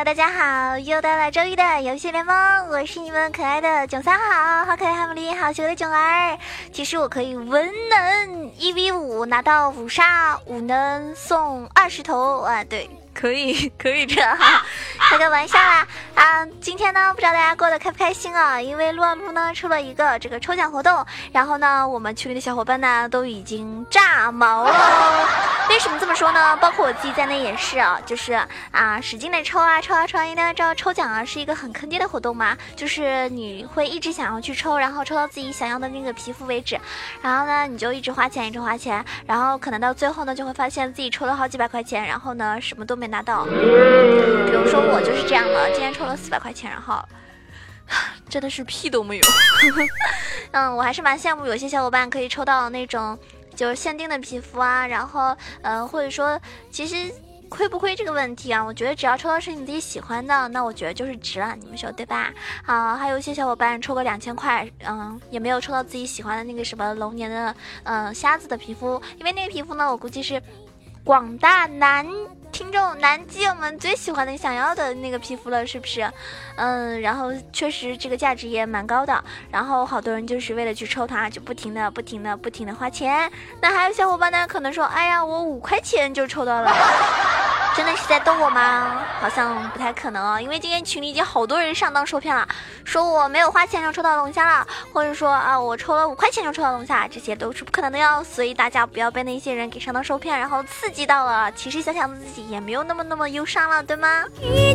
Hello， 大家好，又到了周一的游戏联盟，我是你们可爱的囧三好可爱哈姆丽好喜欢的囧儿。其实我可以文能1v5拿到5杀，武能送20头啊，对。可以这样哈，开个玩笑啦啊！今天呢，不知道大家过得开不开心啊？因为撸啊撸呢出了一个这个抽奖活动，然后呢，我们群里的小伙伴呢都已经炸毛了。为什么这么说呢？包括我自己在内也是啊，就是啊，使劲的抽啊，因为大家知道抽奖啊是一个很坑爹的活动嘛，就是你会一直想要去抽，然后抽到自己想要的那个皮肤为止，然后呢，你就一直花钱，然后可能到最后呢，就会发现自己抽了好几百块钱，然后呢，什么都没拿到。比如说我就是这样的，今天抽了400块钱，然后真的是屁都没有。我还是蛮羡慕有些小伙伴可以抽到那种就是限定的皮肤啊，然后或者说其实亏不亏这个问题啊，我觉得只要抽到是你自己喜欢的，那我觉得就是值了，你们说对吧？还有一些小伙伴抽个2000块，也没有抽到自己喜欢的那个什么龙年的瞎子的皮肤，因为那个皮肤呢，我估计是广大男听众男基友们最喜欢的想要的那个皮肤了，是不是？然后确实这个价值也蛮高的，然后好多人就是为了去抽它，就不停的花钱。那还有小伙伴呢，可能说，哎呀，我5块钱就抽到了。真的是在逗我吗？好像不太可能哦，因为今天群里已经好多人上当受骗了，说我没有花钱就抽到龙虾了，或者说啊我抽了5块钱就抽到龙虾，这些都是不可能的哟。所以大家不要被那些人给上当受骗，然后刺激到了。其实想想自己也没有那么忧伤了，对吗？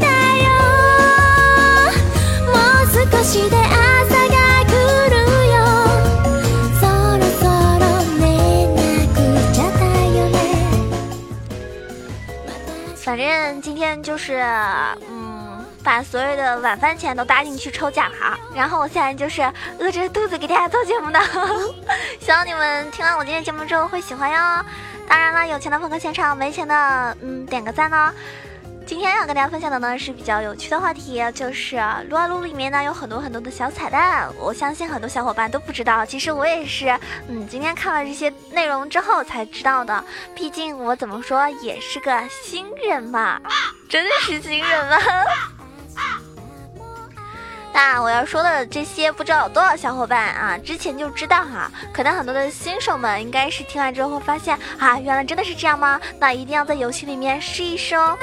反正今天就是把所有的晚饭钱都搭进去抽奖哈，然后我现在就是饿着肚子给大家做节目呢。希望你们听完我今天节目之后会喜欢哟。当然了，有钱的捧个现场，没钱的点个赞哦。今天要跟大家分享的呢是比较有趣的话题，就是撸啊撸里面呢有很多的小彩蛋，我相信很多小伙伴都不知道，其实我也是今天看了这些内容之后才知道的，毕竟我怎么说也是个新人嘛，真的是新人吗？那我要说的这些不知道有多少小伙伴啊之前就知道哈，可能很多的新手们应该是听完之后发现啊原来真的是这样吗？那一定要在游戏里面试一试哦。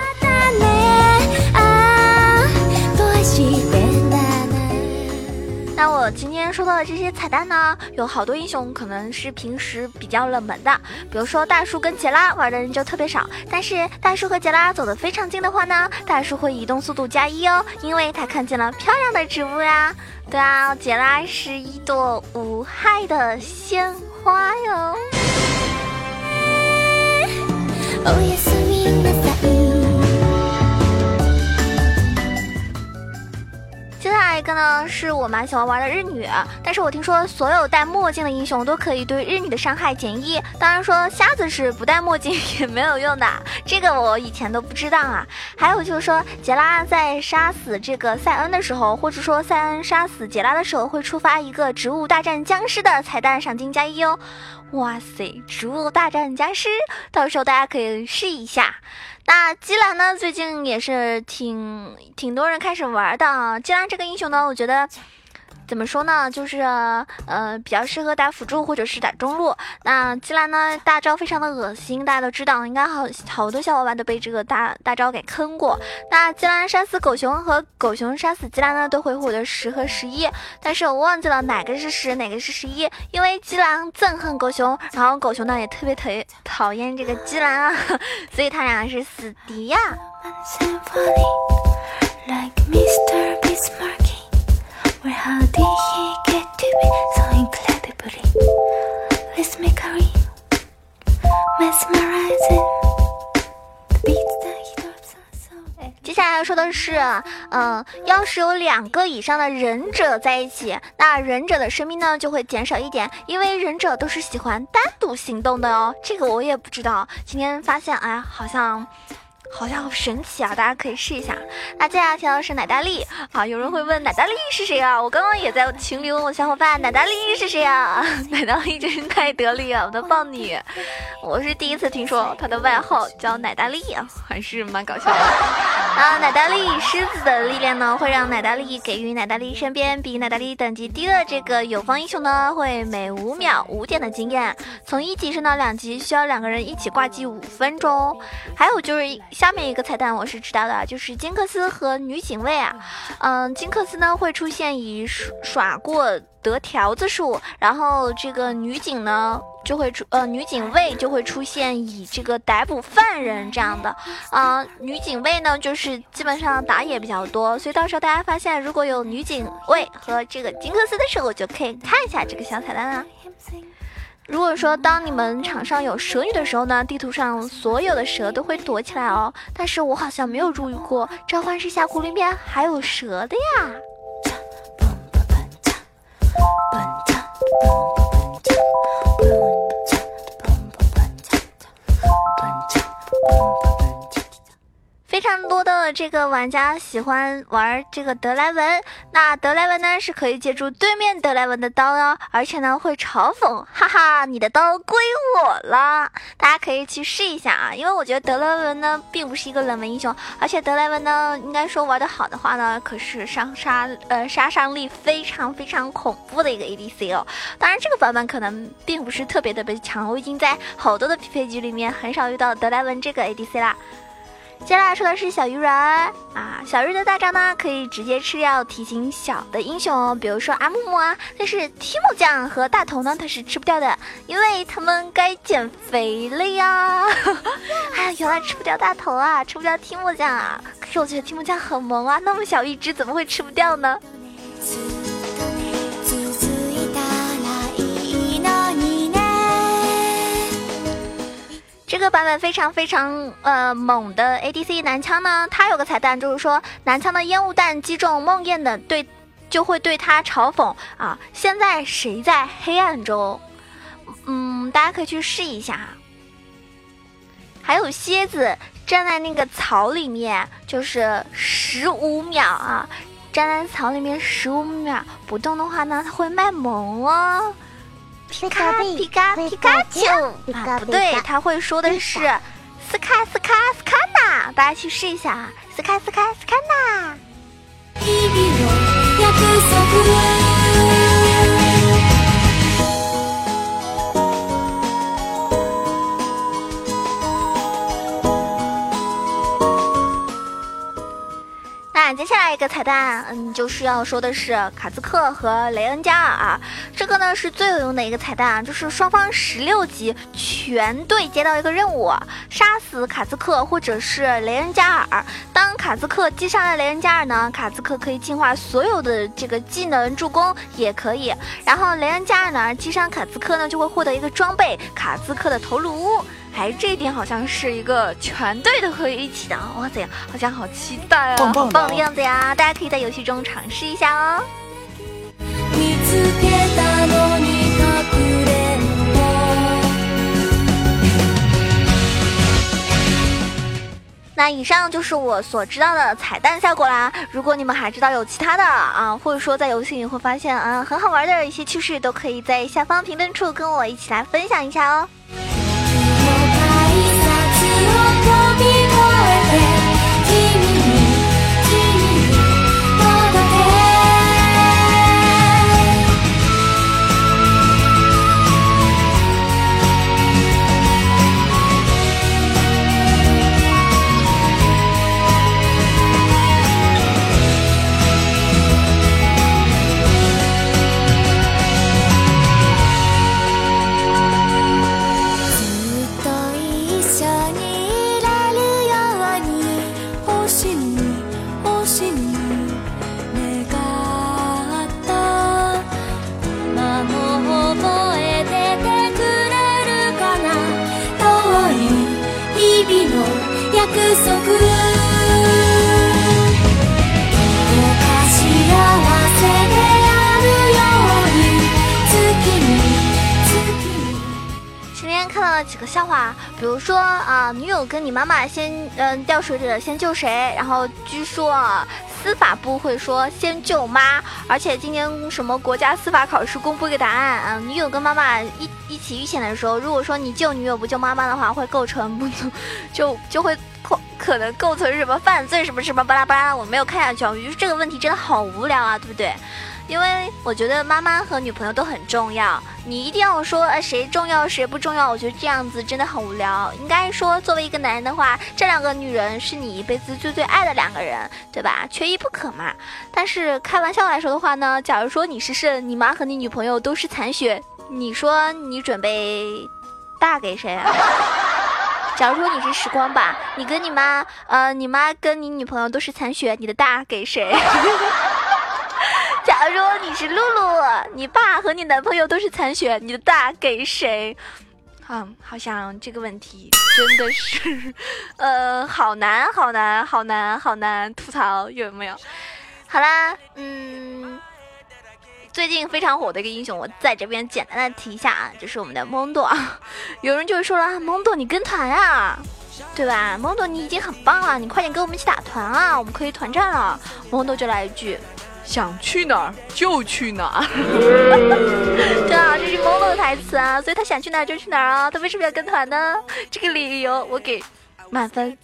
那我今天说到的这些彩蛋呢，有好多英雄可能是平时比较冷门的，比如说大树跟杰拉玩的人就特别少，但是大树和杰拉走得非常近的话呢，大树会移动速度加1哦，因为他看见了漂亮的植物呀。对啊，杰拉是一朵无害的鲜花哟。接下来一个呢是我蛮喜欢玩的日女，但是我听说所有戴墨镜的英雄都可以对日女的伤害减1，当然说瞎子是不戴墨镜也没有用的，这个我以前都不知道啊。还有就是说杰拉在杀死这个塞恩的时候，或者说塞恩杀死杰拉的时候，会触发一个植物大战僵尸的彩蛋，赏金加1哦。哇塞，植物大战僵尸，到时候大家可以试一下。那基兰呢，最近也是挺多人开始玩的。基兰这个英雄呢，我觉得怎么说呢，就是比较适合打辅助或者是打中路。那基兰呢大招非常的恶心，大家都知道，应该好多小伙伴都被这个大招给坑过。那基兰杀死狗熊和狗熊杀死基兰呢，都会获得10和11，但是我忘记了哪个是10哪个是11，因为基兰憎恨狗熊，然后狗熊呢也特别讨厌这个基兰啊，所以他俩是死敌呀。Well, how did he get to be so incredibly? Let's make a real mesmerizing beats that he does so. 接下来要说的是，要是有2个以上的忍者在一起，那忍者的生命呢就会减少1点，因为忍者都是喜欢单独行动的哦。这个我也不知道，今天发现，哎呀，好好像好神奇啊！大家可以试一下。那接下来提到的是奶大力啊，有人会问奶大力是谁啊？我刚刚也在群里问我小伙伴奶大力是谁啊？奶大力真是太得力了，我的棒你！我是第一次听说他的外号叫奶大力啊，还是蛮搞笑的。啊，奶大力狮子的力量呢，会让奶大力给予奶大力身边比奶大力等级低的这个友方英雄呢，会每5秒5点的经验，从1级升到2级需要2个人一起挂机5分钟。还有就是下面一个彩蛋我是知道的，就是金克斯和女警卫啊，金克斯呢会出现以耍过得条子数，然后这个女警呢就会女警卫就会出现以这个逮捕犯人这样的，女警卫呢就是基本上打野比较多，所以到时候大家发现如果有女警卫和这个金克斯的时候，就可以看一下这个小彩蛋啦。如果说当你们场上有蛇女的时候呢，地图上所有的蛇都会躲起来哦，但是我好像没有注意过召唤师峡谷里面还有蛇的呀。非常多的这个玩家喜欢玩这个德莱文，那德莱文呢是可以借助对面德莱文的刀哦，而且呢会嘲讽，哈哈，你的刀归我了。大家可以去试一下啊，因为我觉得德莱文呢并不是一个冷门英雄，而且德莱文呢应该说玩得好的话呢，可是杀伤力非常非常恐怖的一个 ADC 哦。当然这个版本可能并不是特别的强，我已经在好多的匹配局里面很少遇到德莱文这个 ADC 啦。接下来说的是小鱼人啊，小鱼的大招呢可以直接吃掉体型小的英雄，比如说阿木木啊，但是提莫酱和大头呢它是吃不掉的，因为他们该减肥了呀。哎，原来吃不掉大头啊，吃不掉提莫酱啊，可是我觉得提莫酱很萌啊，那么小一只怎么会吃不掉呢？这个版本非常非常猛的 ADC 男枪呢，它有个彩蛋，就是说男枪的烟雾弹击中梦魇的就会对他嘲讽啊，现在谁在黑暗中？大家可以去试一下。还有蝎子站在那个草里面，就是15秒啊，站在草里面15秒不动的话呢，它会卖萌哦。皮卡皮卡皮卡丘啊，不对，他会说的是斯卡斯卡斯卡纳，大家去试一下，斯卡斯卡斯卡纳。那接下来一个彩蛋，就是要说的是卡兹克和雷恩加尔啊，这个呢是最有用的一个彩蛋，就是双方16级全队接到一个任务，杀死卡兹克或者是雷恩加尔。当卡兹克击杀了雷恩加尔呢，卡兹克可以净化所有的这个技能助攻也可以，然后雷恩加尔呢击杀卡兹克呢就会获得一个装备卡兹克的头颅。这一点好像是一个全队都可以一起的，哇塞，好像好期待啊，好棒的样子呀！大家可以在游戏中尝试一下哦。那以上就是我所知道的彩蛋效果啦。如果你们还知道有其他的啊，或者说在游戏里会发现很好玩的一些趣事，都可以在下方评论处跟我一起来分享一下哦。 看到了几个笑话，比如说女友跟你妈妈先掉水里了，先救谁？然后据说司法部会说先救妈，而且今年什么国家司法考试公布一个答案女友跟妈妈一起遇险的时候，如果说你救女友不救妈妈的话，会构成不就会可能构成什么犯罪什么什么巴拉巴拉，我没有看下去，我觉得这个问题真的好无聊啊，对不对？因为我觉得妈妈和女朋友都很重要，你一定要说谁重要谁不重要，我觉得这样子真的很无聊。应该说作为一个男人的话，这2个女人是你一辈子最爱的2个人，对吧？缺一不可嘛。但是开玩笑来说的话呢，假如说你是肾，你妈和你女朋友都是残血，你说你准备大给谁啊？假如说你是时光吧，你跟你妈跟你女朋友都是残血，你的大给谁？假如说你是露露，你爸和你男朋友都是残血，你的大给谁？好像这个问题真的是，好难，吐槽有没有？好啦，最近非常火的一个英雄，我在这边简单的提一下啊，就是我们的蒙多。有人就说了，蒙多你跟团啊，对吧？蒙多你已经很棒了，你快点跟我们一起打团啊，我们可以团战了。蒙多就来一句，想去哪儿就去哪儿。对啊，这是蒙多的台词啊，所以他想去哪儿就去哪儿啊，他为什么要跟团呢？这个理由我给满分。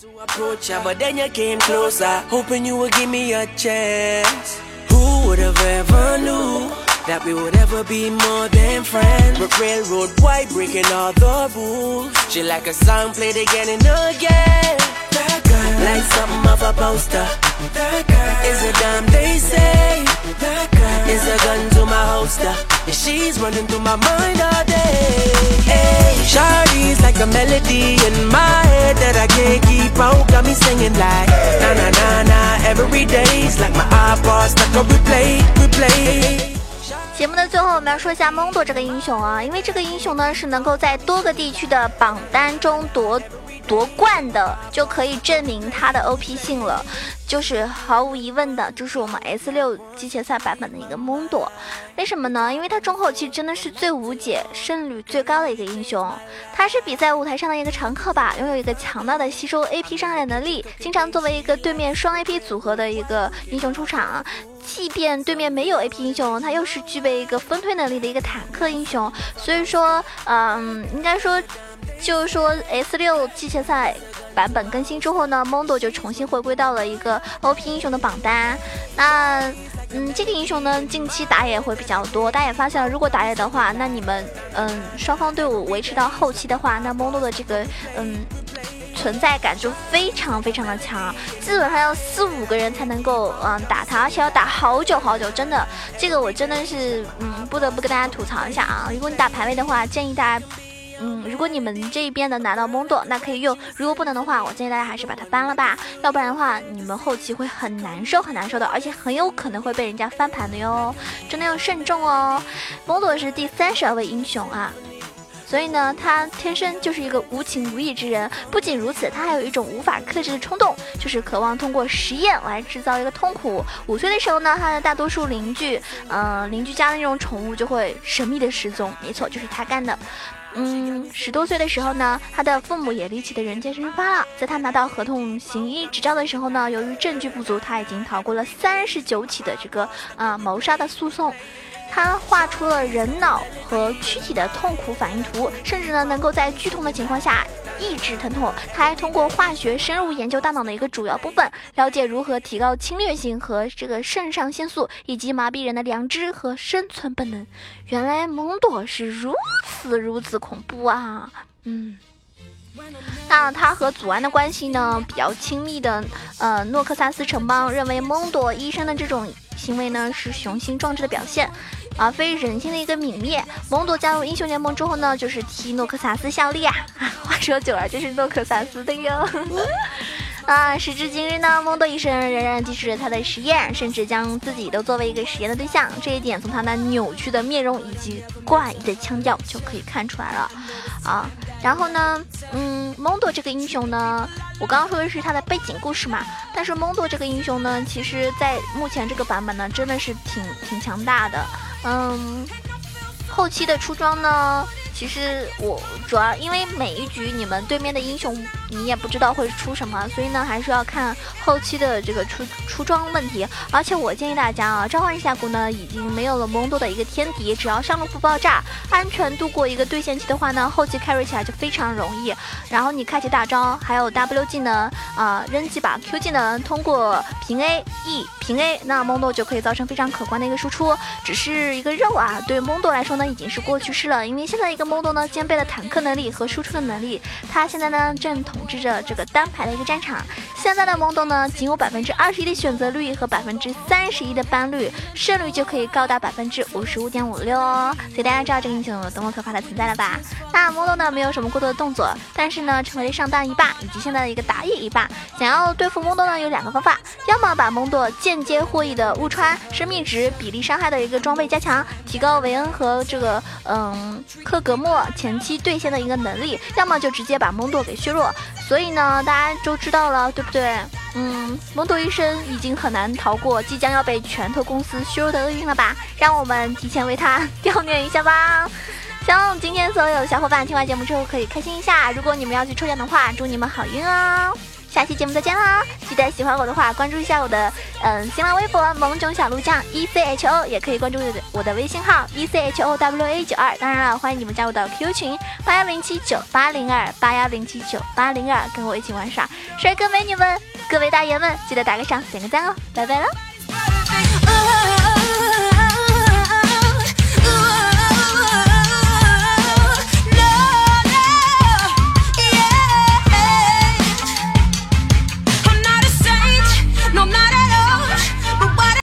Would have ever knew that we would ever be more than friends? But railroad white breaking all the rules. She like a song played again and again. That girl, like something of a poster. That girl is a dime they say. That girl is a gun to my holster. And she's running through my mind all day. Hey, Shawty's like a melody in my head that I can't keep out. Got me singing like na na na na every day's like my iPod stuck on replay. 节目的最后我们要说一下蒙多这个英雄啊，因为这个英雄呢是能够在多个地区的榜单中夺冠的，就可以证明他的 OP 性了，就是毫无疑问的，就是我们 S6 机械赛版本的一个蒙多。为什么呢？因为他中后期真的是最无解、胜率最高的一个英雄，他是比赛舞台上的一个常客吧，拥有一个强大的吸收 AP 伤害能力，经常作为一个对面双 AP 组合的一个英雄出场。即便对面没有 AP 英雄，他又是具备一个分推能力的一个坦克英雄，所以说应该说就是说 S6 机械赛版本更新之后呢，蒙多就重新回归到了一个 OP 英雄的榜单。那这个英雄呢近期打野会比较多，大家也发现了，如果打野的话，那你们双方队伍维持到后期的话，那蒙多的这个存在感就非常非常的强，基本上要4-5个人才能够打他，而且要打好久好久，真的，这个我真的是不得不跟大家吐槽一下啊！如果你打排位的话，建议大家如果你们这边能拿到蒙多，那可以用；如果不能的话，我建议大家还是把它搬了吧，要不然的话，你们后期会很难受的，而且很有可能会被人家翻盘的哟，真的要慎重哦。蒙多是第32位英雄啊。所以呢，他天生就是一个无情无义之人。不仅如此，他还有一种无法克制的冲动，就是渴望通过实验来制造一个痛苦。5岁的时候呢，他的大多数邻居家的那种宠物就会神秘的失踪，没错，就是他干的。10多岁的时候呢，他的父母也离奇的人间蒸发了。在他拿到合同行医执照的时候呢，由于证据不足，他已经逃过了39起的这个谋杀的诉讼。他画出了人脑和躯体的痛苦反应图，甚至呢能够在剧痛的情况下抑制疼痛。他还通过化学深入研究大脑的一个主要部分，了解如何提高侵略性和这个肾上腺素，以及麻痹人的良知和生存本能。原来蒙多是如此恐怖啊！那他和祖安的关系呢比较亲密的诺克萨斯城邦认为蒙多医生的这种行为呢是雄心壮志的表现，而非人性的一个泯灭。蒙多加入英雄联盟之后呢，就是替诺克萨斯效力啊！话说久了，这是诺克萨斯的哟。时至今日呢，蒙多医生仍然继续着他的实验，甚至将自己都作为一个实验的对象。这一点从他那扭曲的面容以及怪异的腔调就可以看出来了然后呢，蒙多这个英雄呢，我刚刚说的是他的背景故事嘛，但是蒙多这个英雄呢，其实在目前这个版本呢，真的是挺强大的。后期的出装呢，其其实我主要因为每一局你们对面的英雄你也不知道会出什么，所以呢还是要看后期的这个出装问题。而且我建议大家啊，召唤峡谷呢已经没有了蒙多的一个天敌，只要上路不爆炸，安全度过一个对线期的话呢，后期 carry 起来就非常容易。然后你开启大招，还有 W 技能扔几把 Q 技能，通过平 A E 平 A， 那蒙多就可以造成非常可观的一个输出。只是一个肉啊，对蒙多来说呢已经是过去式了，因为现在一个蒙多呢兼备了坦克能力和输出的能力，他现在呢正统治着这个单排的一个战场。现在的蒙多呢仅有21%的选择率和31%的ban率，胜率就可以高达55.56%哦。所以大家知道这个英雄有多么可怕的存在了吧？那蒙多呢没有什么过多的动作，但是呢成为上单一霸以及现在的一个打野一霸。想要对付蒙多呢有2个方法，要么把蒙多间接获益的误穿、生命值、比例伤害的一个装备加强，提高维恩和这个克格莫前期对线的一个能力，要么就直接把蒙多给削弱。所以呢大家都知道了对不对？蒙多一生已经很难逃过即将要被拳头公司削弱的厄运了吧？让我们提前为他悼念一下吧。希望今天所有小伙伴听完节目之后可以开心一下，如果你们要去抽奖的话，祝你们好运哦。下期节目再见啦！记得喜欢我的话关注一下我的新浪微博萌种小鹿酱 ECHO， 也可以关注我的微信号 ECHOWA92。当然了，欢迎你们加入到 QQ 群81079802，81079802，跟我一起玩耍。帅哥美女们，各位大爷们，记得打个赏点个赞哦，拜拜了。